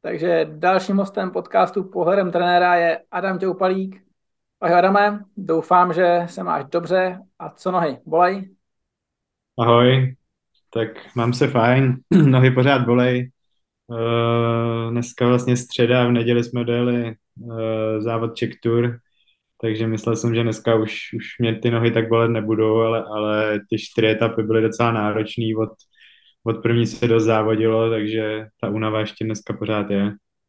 Takže dalším hostem podcastu Pohledem trenéra je Adam Ťoupalík. Ahoj Adame, doufám, že se máš dobře a co nohy, bolej? Ahoj, tak mám se fajn, nohy pořád bolej. Dneska vlastně středa, v neděli jsme dojeli závod Czech Tour, takže myslel jsem, že dneska už mě ty nohy tak bolet nebudou, ale ty 4 etapy byly docela náročný, od první se dost závodilo, takže ta únava ještě dneska pořád je.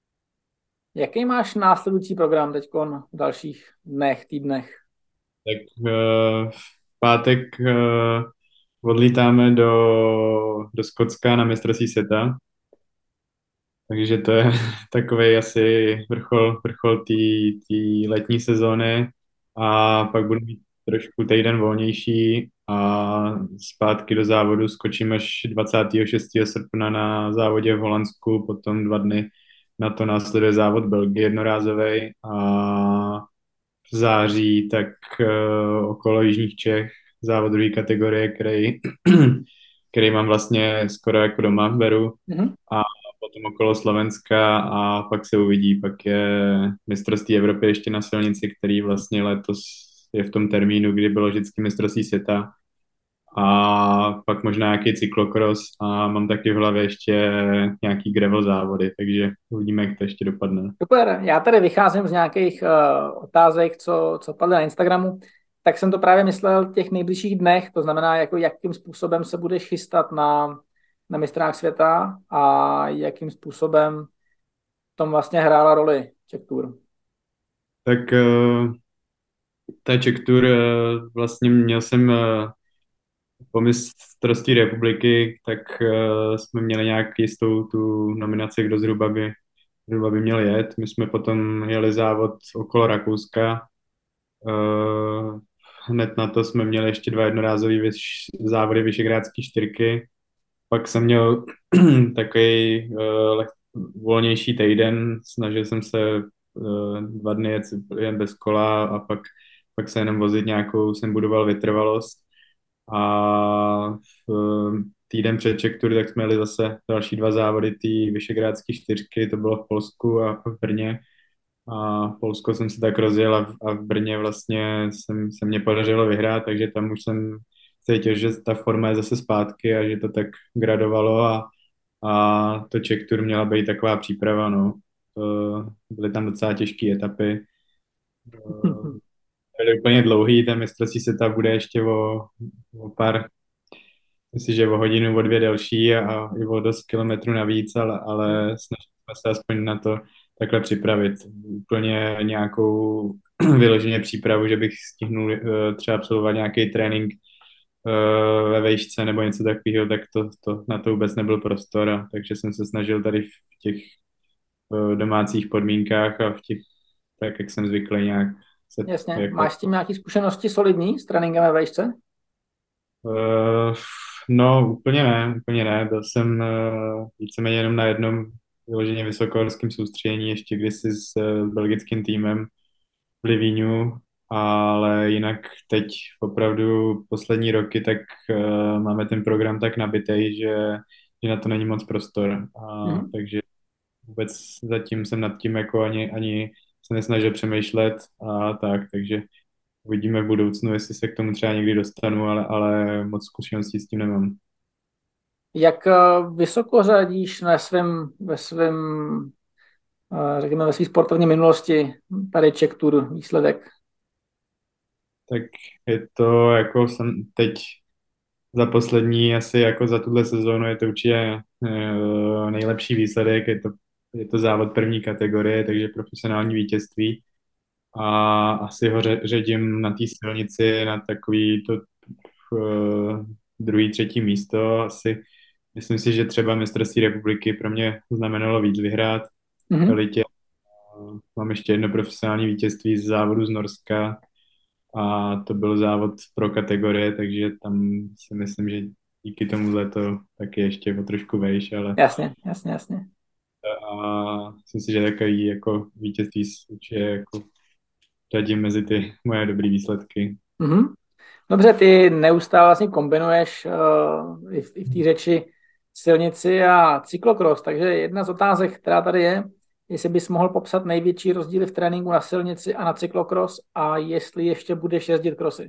Jaký máš následující program teď v dalších dnech, týdnech? Tak v pátek odlítáme do Skotska na mistrovství světa. Takže to je takový asi vrchol té letní sezóny a pak budu mít trošku týden volnější a zpátky do závodu skočím až 26. srpna na závodě v Holandsku, potom 2 dny na to následuje závod Belgie jednorázový a v září tak okolo Jižních Čech závod druhé kategorie, který mám vlastně skoro jako doma, beru Mhm. a potom okolo Slovenska a pak se uvidí, pak je mistrovství Evropy ještě na silnici, který vlastně letos je v tom termínu, kdy bylo vždycky mistrovství světa a pak možná nějaký cyklokros a mám taky v hlavě ještě nějaký gravel závody, takže uvidíme, jak to ještě dopadne. Super, já tady vycházím z nějakých otázek, co padly na Instagramu, tak jsem to právě myslel v těch nejbližších dnech, to znamená, jako jakým způsobem se budeš chystat na mistrách světa a jakým způsobem v tom vlastně hrála roli Czech Tour. Tak ta Czech Tour vlastně měl jsem po mistrovství republiky, tak jsme měli nějak jistou tu nominaci, kdo zhruba by měl jet. My jsme potom jeli závod okolo Rakouska. Uh, Hned na to jsme měli ještě 2 jednorázové závody Vyšegrádské čtyřky. Pak jsem měl takový volnější týden. Snažil jsem se 2 dny jen bez kola a pak se jenom vozit nějakou, jsem budoval vytrvalost. A týden před Czech Tour, tak jsme jeli zase další 2 závody, ty Vyšegrádské čtyřky, to bylo v Polsku a v Brně. A Polsko jsem si tak rozjel a v Brně vlastně se mě podařilo vyhrát, takže tam už jsem cítil, že ta forma je zase zpátky a že to tak gradovalo a to Czech Tour měla být taková příprava, no. Byly tam docela těžké etapy. Byly úplně dlouhý, ten mistrovství světa bude ještě o pár, myslím, že o hodinu, o 2 delší a i o dost kilometrů navíc, ale snažíme se aspoň na to takhle připravit. Úplně nějakou vyloženě přípravu, že bych stihnul třeba absolvovat nějaký trénink ve vejšce nebo něco takového, tak na to vůbec nebyl prostor, takže jsem se snažil tady v těch domácích podmínkách a v těch, tak jak jsem zvyklý nějak se Jasně. jako Máš s tím nějaké zkušenosti solidní s tréninkem ve vejšce? Uh, no, úplně ne. Byl jsem víceméně jenom na jednom vyloženě vysokohorském soustředění, ještě kdysi s belgickým týmem v Livíňu, ale jinak teď opravdu poslední roky tak máme ten program tak nabitej, že na to není moc prostor. Mhm. Takže vůbec zatím jsem nad tím jako ani se nesnažil přemýšlet a tak, takže uvidíme v budoucnu, jestli se k tomu třeba někdy dostanu, ale moc zkušeností s tím nemám. Jak vysoko řadíš řekněme, ve své sportovní minulosti tady Czech Tour výsledek? Tak je to jako jsem teď za poslední, asi jako za tuhle sezónu je to určitě nejlepší výsledek, je to závod první kategorie, takže profesionální vítězství a asi ho řadím na té silnici na takový to druhý, třetí místo. Asi myslím si, že třeba mistrovství republiky pro mě znamenalo víc vyhrát v Mhm. elitě. Mám ještě jedno profesionální vítězství z závodu z Norska a to byl závod pro kategorie, takže tam si myslím, že díky tomuhle to taky ještě o trošku vejš, ale Jasně, jasně, jasně. myslím si, že takový jako vítězství určitě jako řadím mezi ty moje dobré výsledky. Mhm. Dobře, ty neustále vlastně kombinuješ i v té řeči silnici a cyklokros. Takže jedna z otázek, která tady je, jestli bys mohl popsat největší rozdíly v tréninku na silnici a na cyklokros a jestli ještě budeš jezdit krosy.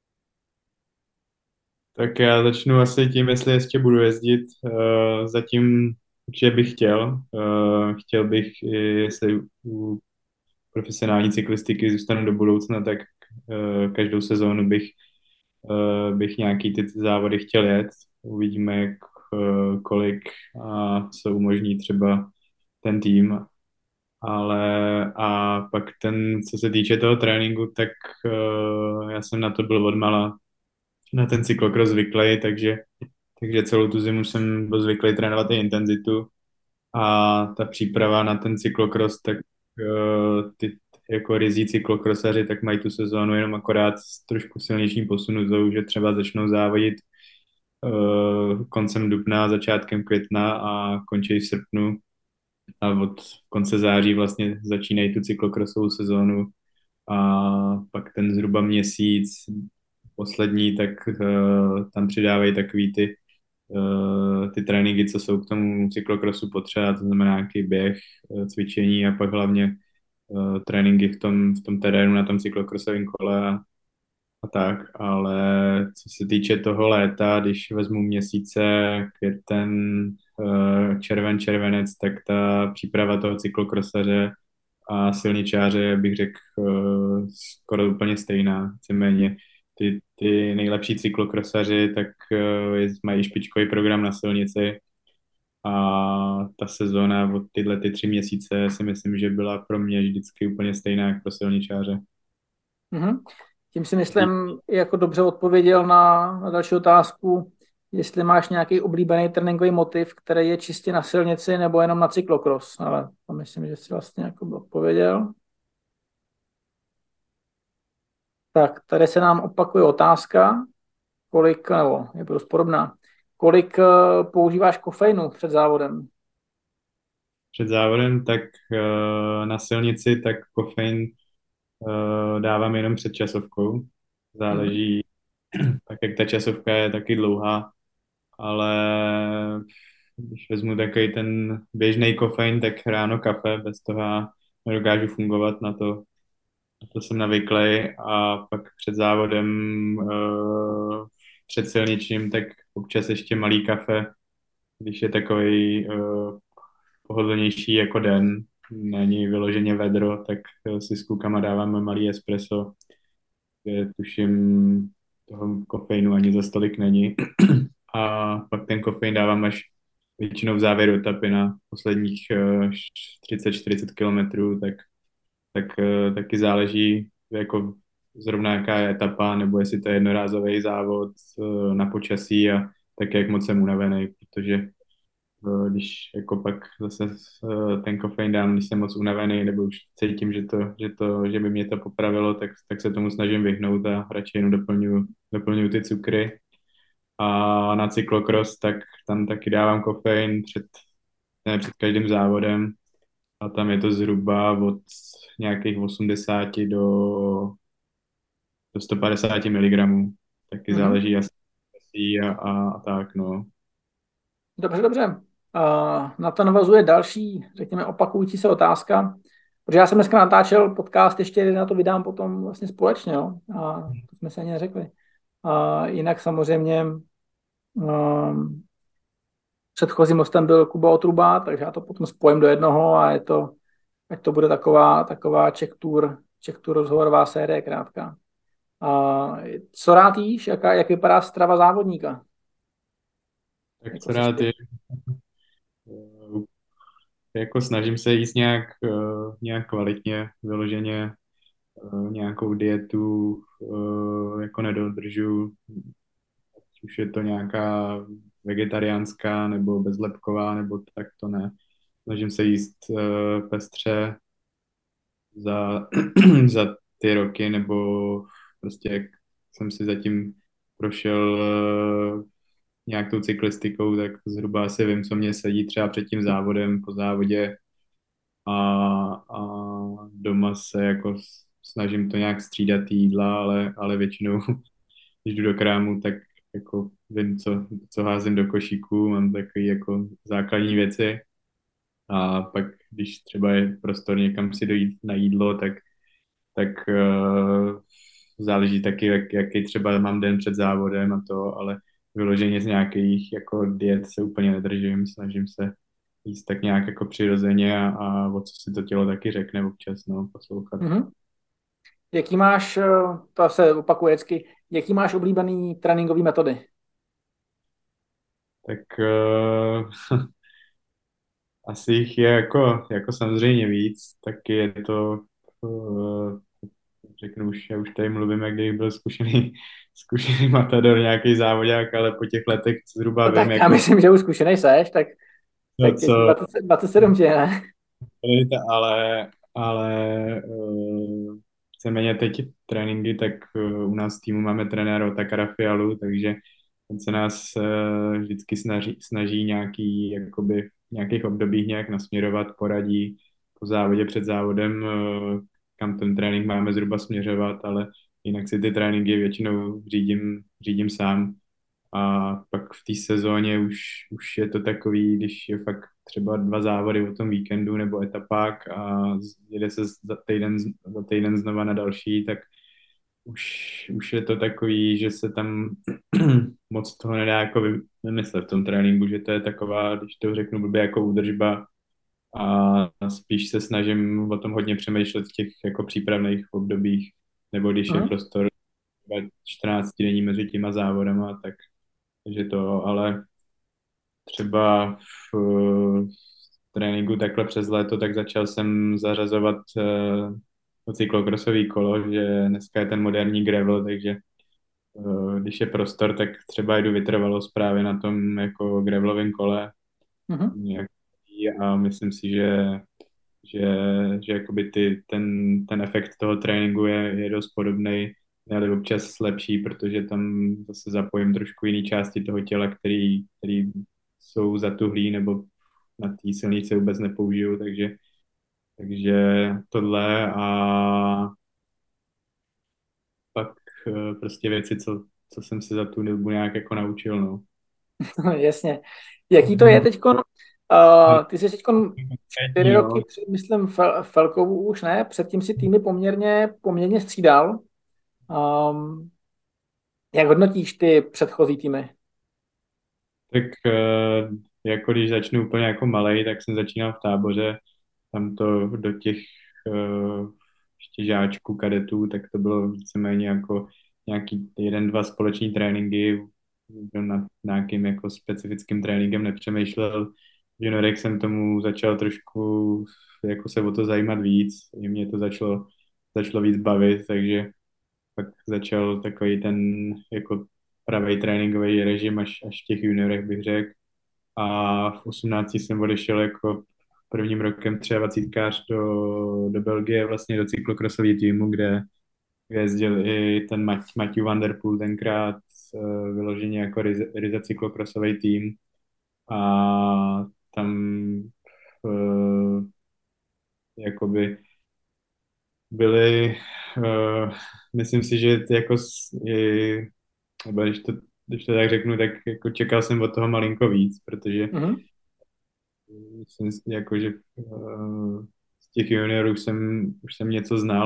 Tak já začnu asi tím, jestli ještě budu jezdit. Zatím určitě bych chtěl. Chtěl bych, jestli u profesionální cyklistiky zůstanu do budoucna, tak každou sezónu bych nějaký ty závody chtěl jet. Uvidíme, kolik a co umožní třeba ten tým. Ale a pak co se týče toho tréninku, tak já jsem na to byl odmala na ten cyklokros zvyklý, takže celou tu zimu jsem byl zvyklý trénovat i intenzitu a ta příprava na ten cyklokros, tak ty jako rizí cyklokrosaři, tak mají tu sezónu jenom akorát s trošku silnějším posunutou, že třeba začnou závodit koncem dubna, začátkem května a končí v srpnu a od konce září vlastně začínají tu cyklokrosovou sezónu a pak ten zhruba měsíc poslední, tak tam přidávají takový ty tréninky, co jsou k tomu cyklokrosu potřeba, to znamená nějaký běh, cvičení a pak hlavně tréninky v tom terénu na tom cyklokrosovém kole a tak, ale co se týče toho léta, když vezmu měsíce, květen, červenec, tak ta příprava toho cyklokrosaře a silničáře bych řekl skoro úplně stejná, víceméně. Ty nejlepší cyklokrosaři tak mají špičkový program na silnici a ta sezóna od tyhle ty 3 měsíce si myslím, že byla pro mě vždycky úplně stejná jako pro silničáře. Mhm. Tím si myslím, jako dobře odpověděl na další otázku, jestli máš nějaký oblíbený tréninkový motiv, který je čistě na silnici nebo jenom na cyklokros, ale to myslím, že si vlastně jako odpověděl. Tak tady se nám opakuje otázka, nebo je dost podobná, kolik používáš kofeinu před závodem? Před závodem, tak na silnici, tak kofein dávám jenom před časovkou. Mhm. Záleží, tak jak ta časovka je taky dlouhá, ale když vezmu takový ten běžný kofein, tak ráno kafe, bez toho já nedokážu fungovat na to jsem navyklý a pak před závodem, před silničním, tak občas ještě malý kafe, když je takový pohodlnější jako den, není vyloženě vedro, tak si s klukama dáváme malý espresso, kde tuším toho kofeinu ani za stolik není. A pak ten kofein dávám až většinou v závěru etapy na posledních 30-40 kilometrů, tak taky záleží jako zrovna jaká je etapa, nebo jestli to je jednorázový závod na počasí a tak jak moc jsem unavený, protože když jako pak zase ten kofein dám, když jsem moc unavený, nebo už cítím, že by mě to popravilo, tak se tomu snažím vyhnout a radši jenom doplňuju ty cukry. A na cyklokros, tak tam taky dávám kofein ne před každým závodem a tam je to zhruba od nějakých 80 do 150 mg. Taky Mhm. záleží asi a tak, no. Dobře, dobře. Na to navazuje další, řekněme, opakující se otázka, protože já jsem dneska natáčel podcast, ještě na to vydám potom vlastně společně, jo? A to jsme se ani neřekli. A jinak samozřejmě předchozím hostem byl Kuba Otruba, takže já to potom spojím do jednoho a ať to bude taková Czech Tour rozhovorová série krátká. Co rád jíš? Jak vypadá strava závodníka? Tak Jako co seš rád ty? je, jako snažím se jíst nějak kvalitně, vyloženě nějakou dietu jako nedodržu, už je to nějaká vegetariánská nebo bezlepková, nebo tak to ne. Snažím se jíst pestře za, za ty roky, nebo prostě jak jsem si zatím prošel nějak tou cyklistikou, tak zhruba asi vím, co mě sedí třeba před tím závodem, po závodě a doma se jako snažím to nějak střídat ty jídla, ale většinou, když jdu do krámu, jako vím, co házím do košíku, mám takové jako základní věci a pak, když třeba je prostor někam si dojít na jídlo, tak záleží taky, jaký třeba mám den před závodem a to, ale vyloženě z nějakých jako diet se úplně nedržím, snažím se jíst tak nějak jako přirozeně a o co si to tělo taky řekne občas, no, poslouchat. Mhm. Jaký máš, to se opakuje vždycky, jaký máš oblíbený tréninkové metody? Tak asi jich je jako samozřejmě víc, tak je to, uh, řeknu už, já už tady mluvím, jak kdybych byl zkušený matador, nějaký závodák, ale po těch letech zhruba No vím, tak já jako myslím, že už zkušenej seš, tak těch co, 27 tě, ne? ale víceméně teď tréninky, tak u nás v týmu máme trenéra Otakara Fialu, takže on se nás vždycky snaží v nějakých obdobích nějak nasměrovat, poradí po závodě, před závodem, kam ten trénink máme zhruba směřovat, ale jinak si ty tréninky většinou řídím sám. A pak v té sezóně už je to takový, když je fakt třeba 2 závody o tom víkendu nebo etapák a jede se za týden znova na další, tak už je to takový, že se tam moc toho nedá jako vymyslet v tom tréninku, že to je taková, když to řeknu blbě, jako údržba a spíš se snažím o tom hodně přemýšlet v těch jako přípravných obdobích, nebo když je Mhm. prostor 14 denní mezi těma závodama, takže to, ale třeba v tréninku takhle přes léto, tak začal jsem zařazovat cyklokrasový kolo, že dneska je ten moderní gravel, takže když je prostor, tak třeba jdu vytrvalost právě na tom jako gravelovém kole Mhm. nějaký a myslím si, že, že jakoby ten efekt toho tréninku je dost podobný, ale občas lepší, protože tam zase zapojím trošku jiné části toho těla, který jsou zatuhlý nebo na té silnici vůbec nepoužiju, takže tohle a pak prostě věci, co jsem se za tu dobu nějak jako naučil, no. Jasně. Jaký to je teďkon? Ty jsi teďkon 4 roky, Jo, myslím, Felkovu už ne, předtím si týmy poměrně střídal. Um, jak hodnotíš ty předchozí týmy? tak jako když začnu úplně jako malej, tak jsem začínal v Táboře, tam to do těch ještě žáčků, kadetů, tak to bylo víceméně jako nějaký 1, 2 společní tréninky, nad nějakým jako specifickým tréninkem nepřemýšlel. V juniorech jsem tomu začal trošku jako se o to zajímat víc, i mě to začalo víc bavit, takže pak začal takový ten jako pravý tréninkový režim až v těch juniorech bych řekl. A v 18 jsem odešel jako prvním rokem 23 do Belgie, vlastně do cyklokrosového týmu, kde jezdil i ten Matthew Van Der Poel tenkrát vyloženě jako ryze cyklokrosový tým a tam uh, jakoby byli, myslím si, že jako nebo když to tak řeknu, tak jako čekal jsem od toho malinko víc, protože Mhm. myslím si, jako, že z těch juniorů už jsem něco znal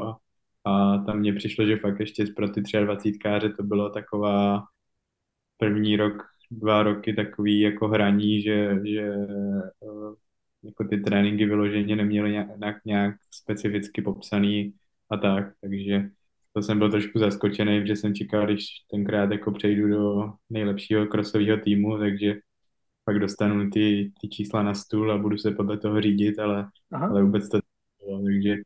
a tam mně přišlo, že fakt ještě pro ty 23káře to bylo taková první rok, 2 roky takový jako hraní, že jako ty tréninky vyloženě neměly nějak specificky popsaný a tak, takže to jsem byl trošku zaskočený, protože jsem čekal, když tenkrát jako přejdu do nejlepšího krosového týmu, takže pak dostanu ty čísla na stůl a budu se podle toho řídit, Aha. ale vůbec to nebylo,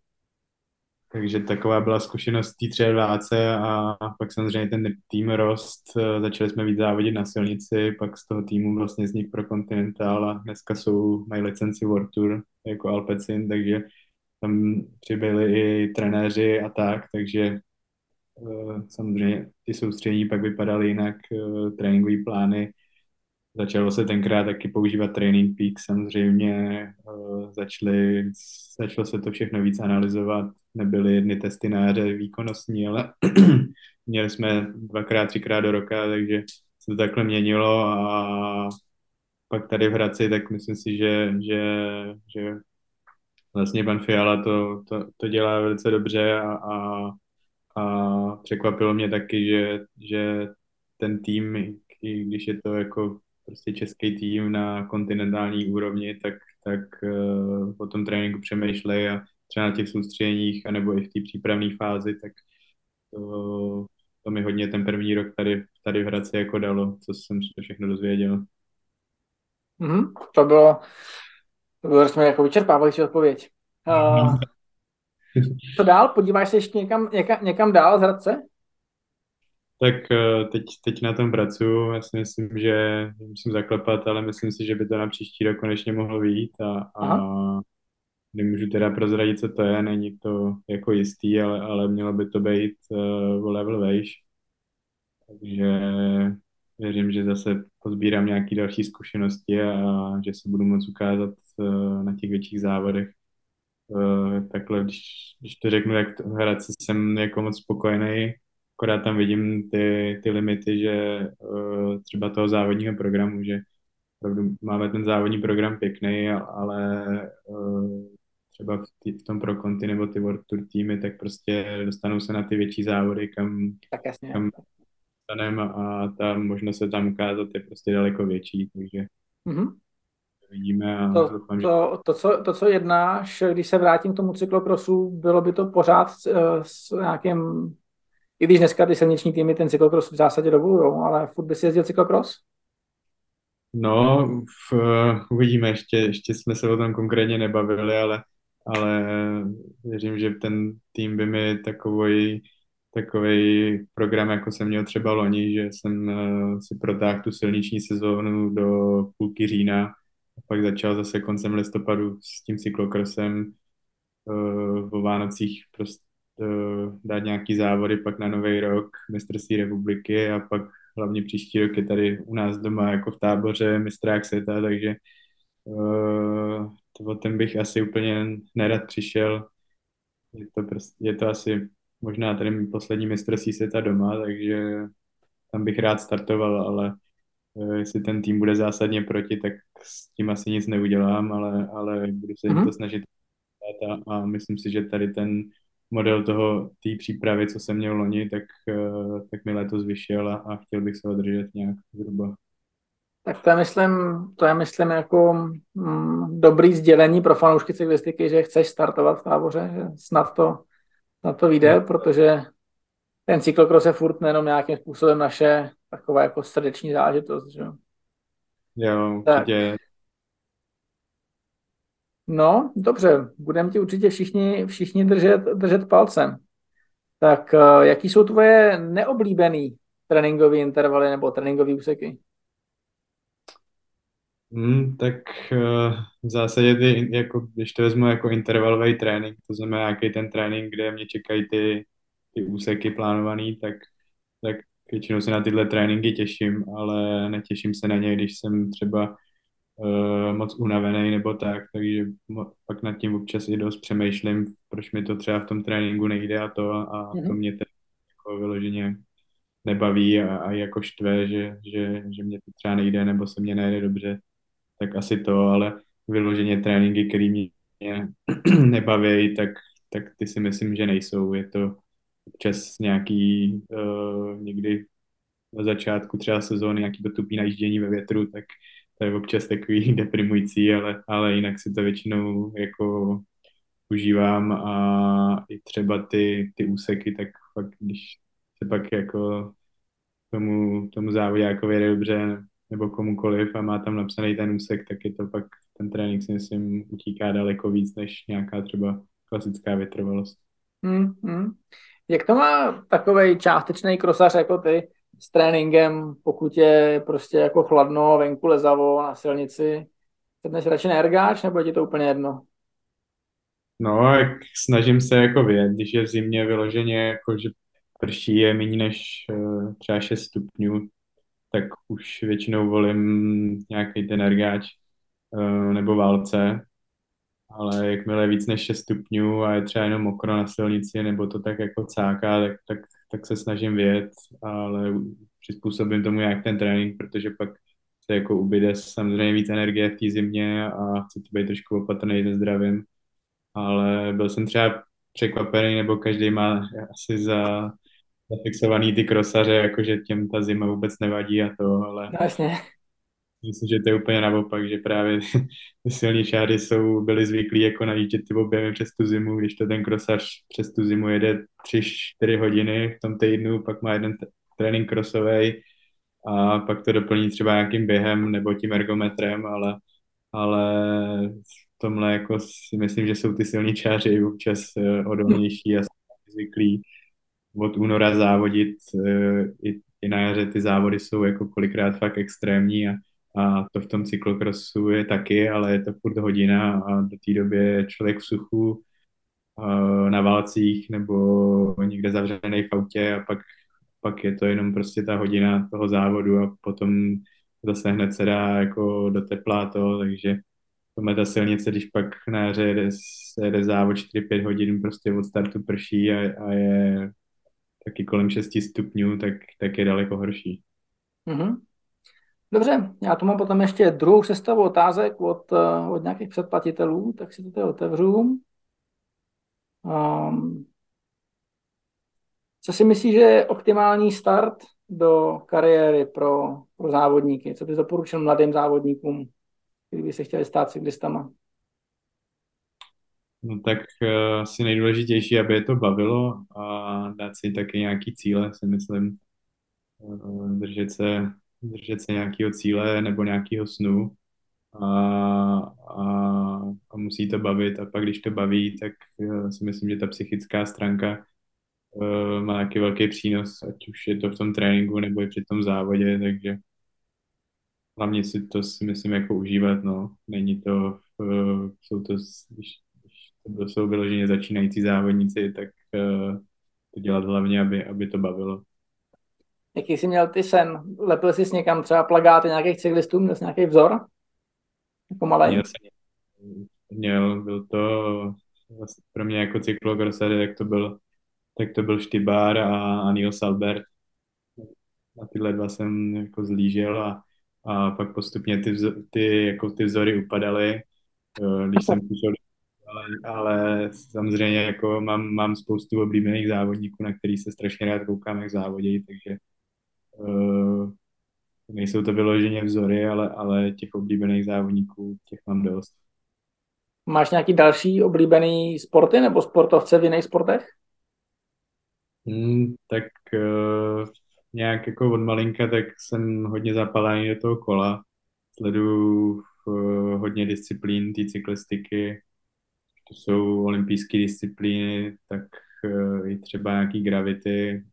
takže taková byla zkušenost té 23 a pak samozřejmě ten tým rost, začali jsme víc závodit na silnici, pak z toho týmu vlastně vznikl pro Continental a dneska mají licenci World Tour jako Alpecin, takže tam přibyli i trenéři a tak, takže samozřejmě ty soustředění pak vypadaly jinak, tréninkové plány. Začalo se tenkrát taky používat Training Peaks, samozřejmě začaly začalo se to všechno víc analyzovat. Nebyly jedny testy na jaře výkonnostní, ale měli jsme dvakrát, třikrát do roka, takže se to takhle měnilo a pak tady v Hradci, tak myslím si, že vlastně pan Fiala to dělá velice dobře a překvapilo mě taky, že ten tým, i když je to jako prostě český tým na kontinentální úrovni, tak o tom tréninku přemýšlej a třeba na těch soustředěních, anebo i v té přípravné fázi, tak to mi hodně ten první rok tady v Hradci jako dalo, co jsem se všechno dozvěděl. Mm-hmm. To bylo řekněme, jako vyčerpávající odpověď. Uh, co dál? Podíváš se ještě někam dál z Hradce? Tak teď na tom pracuji. Já si myslím, že musím zaklepat, ale myslím si, že by to na příští rok konečně mohlo vyjít Aha. a nemůžu teda prozradit, co to je, není to jako jistý, ale mělo by to být o level vejš. Takže věřím, že zase pozbírám nějaké další zkušenosti a že se budu moct ukázat na těch větších závodech. Takhle, když to řeknu, jak to Hradci jsem jako moc spokojený, akorát tam vidím ty limity, že třeba toho závodního programu, že opravdu máme ten závodní program pěkný, ale třeba v tom Pro Conti nebo ty World Tour týmy, tak prostě dostanou se na ty větší závody, Tak jasně. kam dostaneme a ta možnost se tam ukázat je prostě daleko větší, takže Mm-hmm. vidíme a To, doufám, že to, co jednáš, když se vrátím k tomu cyklokrosu, bylo by to pořád s nějakým, i když dneska ty silniční týmy ten cyklokros v zásadě dovolujou, ale furt by si jezdil cyklokros? no, uvidíme, ještě jsme se o tom konkrétně nebavili, ale věřím, že ten tým by mi takový program, jako jsem měl třeba loni, že jsem si protáhl tu silniční sezónu do půlky října a pak začal zase koncem listopadu s tím cyklokrosem o Vánocích prostě dát nějaký závody pak na Nový rok, mistrovství republiky a pak hlavně příští rok je tady u nás doma jako v Táboře mistrák světa, takže o ten bych asi úplně nerad přišel. Je to asi možná tady poslední mistrovství světa doma, takže tam bych rád startoval, ale jestli ten tým bude zásadně proti, tak s tím asi nic neudělám, ale budu se jim to Mm-hmm. snažit a myslím si, že tady ten model té přípravy, co jsem měl loni, tak mi letos vyšel a chtěl bych se ho držet nějak zhruba. Tak to je myslím jako dobrý sdělení pro fanoušky cyklistiky, že chceš startovat v Táboře, že snad to vyjde, protože ten cyklokros je furt nejenom nějakým způsobem naše taková jako srdeční záležitost. Že? Jo, Tak, určitě. no, dobře, budeme ti určitě všichni držet palcem. Tak jaký jsou tvoje neoblíbený tréninkové intervaly nebo tréninkové úseky? Tak v zásadě jako, když to vezmu jako intervalový trénink, to znamená nějaký ten trénink, kde mě čekají ty úseky plánovaný, tak většinou se na tyhle tréninky těším, ale netěším se na ně, když jsem třeba moc unavený nebo tak, takže pak nad tím občas i dost přemýšlím, proč mi to třeba v tom tréninku nejde a to Mhm. mě teď jako vyloženě nebaví a jako štve, že mě to třeba nejde nebo se mě nejde dobře, tak asi to, ale vyloženě tréninky, které mě nebaví, tak ty si myslím, že nejsou. Je to občas nějaký někdy na začátku třeba sezóny nějaký to tupý najíždění ve větru, tak to je občas takový deprimující, ale jinak si to většinou jako užívám a i třeba ty úseky, tak pak když se pak jako tomu závodňákovi jde dobře nebo komukoliv a má tam napsaný ten úsek, tak je to pak ten trénink si myslím utíká daleko víc než nějaká třeba klasická vytrvalost. Hmm. Jak to má takovej částečný krosař jako ty s tréninkem, pokud je prostě jako chladno, venku lezavo na silnici? Sedneš radši na ergáč, nebo je ti to úplně jedno? No, jak snažím se jako vyjet, když je v zimě vyloženě, jako že prší je méně než třeba 6 stupňů, tak už většinou volím nějaký ten ergáč nebo válce. ale jakmile je víc než 6 stupňů a je třeba jenom mokro na silnici, nebo to tak jako cáká, tak se snažím vyjet, ale přizpůsobím tomu nějak ten trénink, protože pak se jako ubyde samozřejmě víc energie v té zimě a chci to být trošku opatrný se zdravím, ale byl jsem třeba překvapený, nebo každý má asi zafixovaný ty krosaře, jakože těm ta zima vůbec nevadí a to, ale No, jasně. myslím, že to je úplně naopak, že právě ty silničáři byli zvyklí jako najíždět ty objemy přes tu zimu, když to ten krosař přes tu zimu jede 3-4 hodiny v tom týdnu, pak má jeden trénink krosový a pak to doplní třeba nějakým během nebo tím ergometrem, ale v tomhle jako si myslím, že jsou ty silničáři občas odolnější a jsou zvyklí od února závodit. I na jaře ty závody jsou jako kolikrát fakt extrémní a to v tom cyklokrosu je taky, ale je to furt hodina a do té doby je člověk v suchu, na válcích nebo někde zavřený v autě a pak je to jenom prostě ta hodina toho závodu a potom zase hned se dá jako do tepla to, takže tohle ta silnice, když pak na jaře jede závod 4-5 hodin, prostě od startu prší a je taky kolem 6 stupňů, tak je daleko horší. Mhm. Dobře, já tu mám potom ještě druhou sestavu otázek od nějakých předplatitelů, tak si to tady otevřu. Um, co si myslíš, že je optimální start do kariéry pro závodníky? Co bys doporučil mladým závodníkům, kdyby se chtěli stát cyklistama? No tak asi nejdůležitější, aby je to bavilo a dát si taky nějaký cíle, si myslím. Držet se nějakého cíle nebo nějakého snu a, a, a musí to bavit a pak když to baví, tak si myslím, že ta psychická stránka má taky velký přínos, ať už je to v tom tréninku nebo i při tom závodě, takže hlavně si myslím jako užívat, no. Není to, když to jsou vyloženě začínající závodníci, tak to dělat hlavně, aby to bavilo. Jaký jsi měl ty sen? Lepil jsi někam třeba plakáty nějakých cyklistů? Měl jsi nějaký vzor? Jako malej? Měl jsem, byl to vlastně pro mě jako cyklokrosař, tak to byl Štybár a Nils Albert. Na tyhle dva jsem jako zlížel a pak postupně ty vzory upadaly, když jsem přišel ale samozřejmě jako mám spoustu oblíbených závodníků, na který se strašně rád koukám, jak závodí, takže nejsou to vyloženě vzory, ale těch oblíbených závodníků, těch mám dost. Máš nějaký další oblíbený sporty nebo sportovce v jiných sportech? Tak nějak jako od malinka, tak jsem hodně zapalený do toho kola. Sleduju hodně disciplín té cyklistiky, to jsou olympijské disciplíny, tak i třeba nějaký gravity,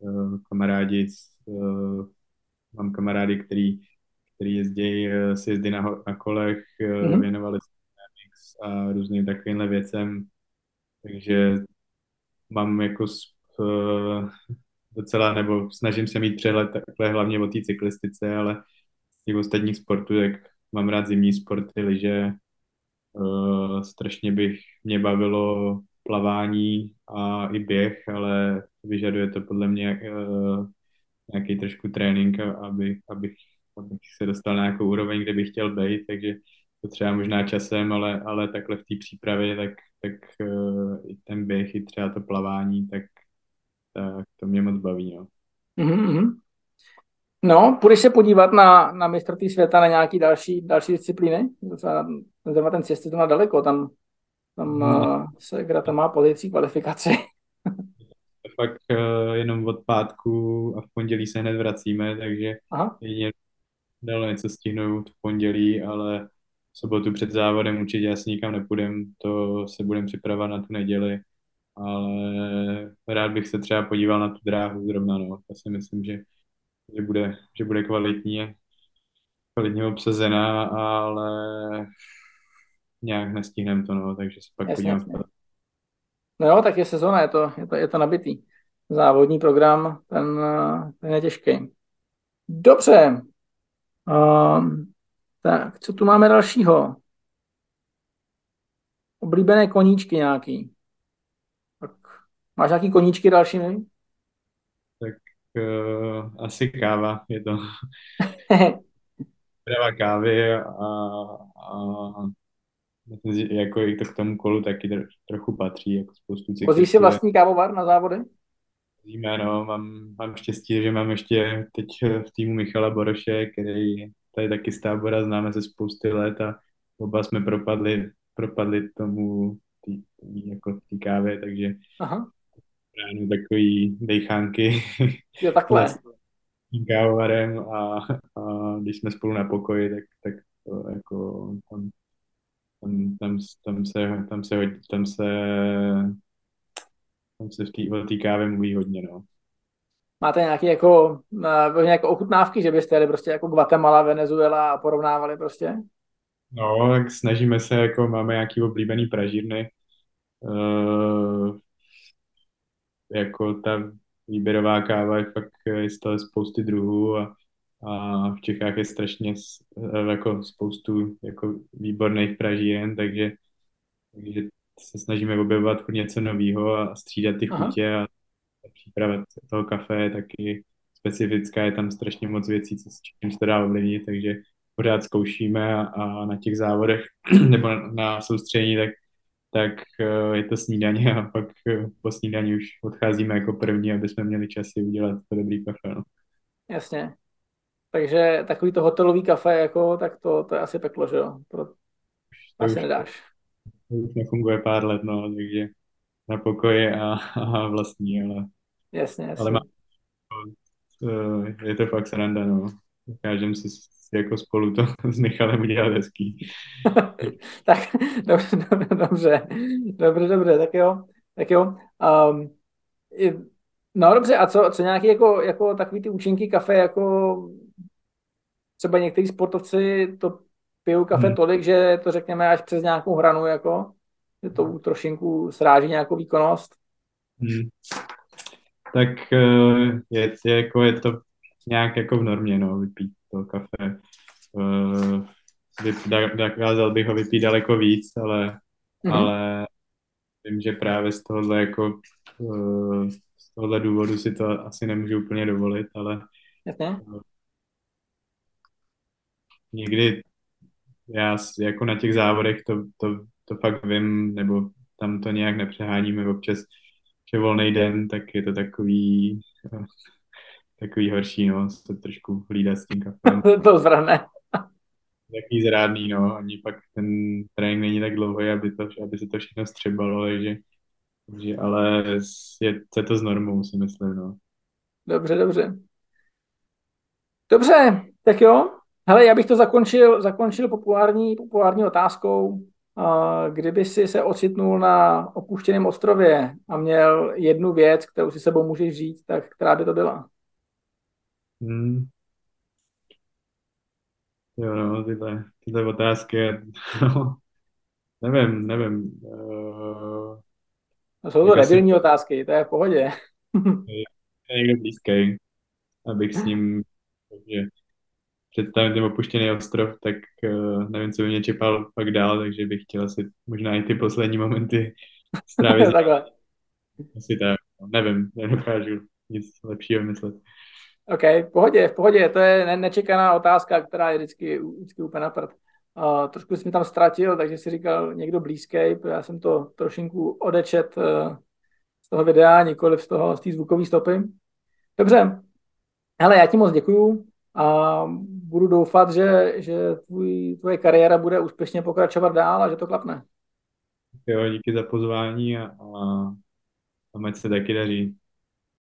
mám kamarády, který jezdí sjezdy na kolech, Mhm. věnovali se BMX a různým takovýmhle věcem, takže mám jako docela, nebo snažím se mít přehled takhle hlavně o té cyklistice, ale z těch ostatních sportů, tak mám rád zimní sporty, lyže, strašně mě bavilo plavání a i běh, ale vyžaduje to podle mě nějaký trošku trénink, abych se dostal na nějakou úroveň, kde bych chtěl být, takže to třeba možná časem, ale takhle v té přípravě, tak i ten běh, i třeba to plavání, tak to mě moc baví. No. Mhm. No, půjdeš se podívat na mistrovství světa na nějaký další disciplíny? Zrovna ten sjezd je to na daleko, tam Mhm. se Grata má pozicí kvalifikaci. Pak jenom od pátku a v pondělí se hned vracíme, takže Aha. jedině dalo něco stihnout v pondělí, ale v sobotu před závodem určitě asi nikam nepůjdem, to se budeme připravovat na tu neděli, ale rád bych se třeba podíval na tu dráhu zrovna, no. Já si myslím, že bude kvalitně obsazená, ale nějak nestihneme to, no, takže se pak Jasně, podívám. jasně. No jo, tak je sezóna, je to nabitý. Závodní program, ten je těžký. Dobře. Tak, co tu máme dalšího? Oblíbené koníčky nějaký. Tak máš nějaký koníčky další? Tak asi káva je to. Práva kávy a myslím, že jako i to k tomu kolu taky trochu patří, jako spoustu Vozíš si cyklistů. vlastní kávovar na závody? Víme, no, mám štěstí, že mám ještě teď v týmu Michala Boroše, který tady taky z Tábora známe ze spousty let a oba jsme propadli tomu jako tý kávě, takže Aha, ráno takový dejchánky jo, takhle. vlastním kávovarem a když jsme spolu na pokoji, tak to jako tam se o té kávě mluví hodně, no. Máte nějaké jako, nějaké ochutnávky, že byste jeli prostě jako Guatemala, Venezuela a porovnávali prostě? No, tak snažíme se, jako máme nějaký oblíbený pražírny, jako ta výběrová káva je fakt z toho spousty druhů a v Čechách je strašně jako spoustu jako výborných pražíren, takže se snažíme objevovat furt něco nového a střídat ty Aha, chutě a ta příprava toho kafe je taky specifická, je tam strašně moc věcí, s čím se to dá ovlivnit, takže pořád zkoušíme a na těch závodech nebo na soustředění, tak je to snídaně a pak po snídani už odcházíme jako první, aby jsme měli čas si udělat to dobrý kafe. No. jasně. Takže takový to hotelový kafe, jako, tak to je asi peklo, že jo? To Asi už, nedáš. to už nefunguje pár let, no, takže na pokoji a vlastní, Jasně, ale má, jasně. je to fakt sranda, no. Dokážeme si jako spolu to s Michalem udělat hezký. Tak dobře, dobře, dobře, dobře, tak jo, tak jo. Um, no dobře, a co nějaký jako takový ty účinky kafe, jako třeba některý sportovci to pijou kafe Hmm. tolik, že to řekněme až přes nějakou hranu, jako, že to trošinku sráží nějakou výkonnost. Hmm. Tak je to nějak jako v normě, no, vypít to kafe. Dokázal bych ho vypít daleko víc, Mhm, ale vím, že právě z tohohle důvodu si to asi nemůžu úplně dovolit, ale jasně. eh, někdy jako na těch závodech to fakt vím, nebo tam to nějak nepřeháníme občas, že volný den, tak je to eh, takový horší, no, se trošku hlídat s tím kafem. To zvrhne. Takový zrádný, no, ani pak ten trénink není tak dlouhý, aby se to všechno střebalo, ale je to s normou, si myslím, no. Dobře, dobře. Dobře, tak jo. Hele, já bych to zakončil populární otázkou. Kdyby si se ocitnul na opuštěném ostrově a měl jednu věc, kterou si sebou můžeš říct, tak která by to byla? Hmm, jo, no, tyhle otázky, no, nevím, No, jsou to jak asi debilní otázky, to je v pohodě. je někdo blízký, abych s ním, takže představím ten opuštěný ostrov, tak nevím, co by mě čepal pak dál, takže bych chtěl asi možná i ty poslední momenty strávit s ním. Takhle. Asi tak, no, nevím, nedokážu nic lepšího myslet. OK, v pohodě, to je nečekaná otázka, která je vždycky úplně na prd. Trošku jsi mi tam ztratil, takže si říkal někdo blízký, já jsem to trošinku odečet z toho videa, nikoli z té zvukové stopy. Dobře, hele, já ti moc děkuju a budu doufat, že tvoje kariéra bude úspěšně pokračovat dál a že to klapne. Jo, díky za pozvání a ať se taky daří.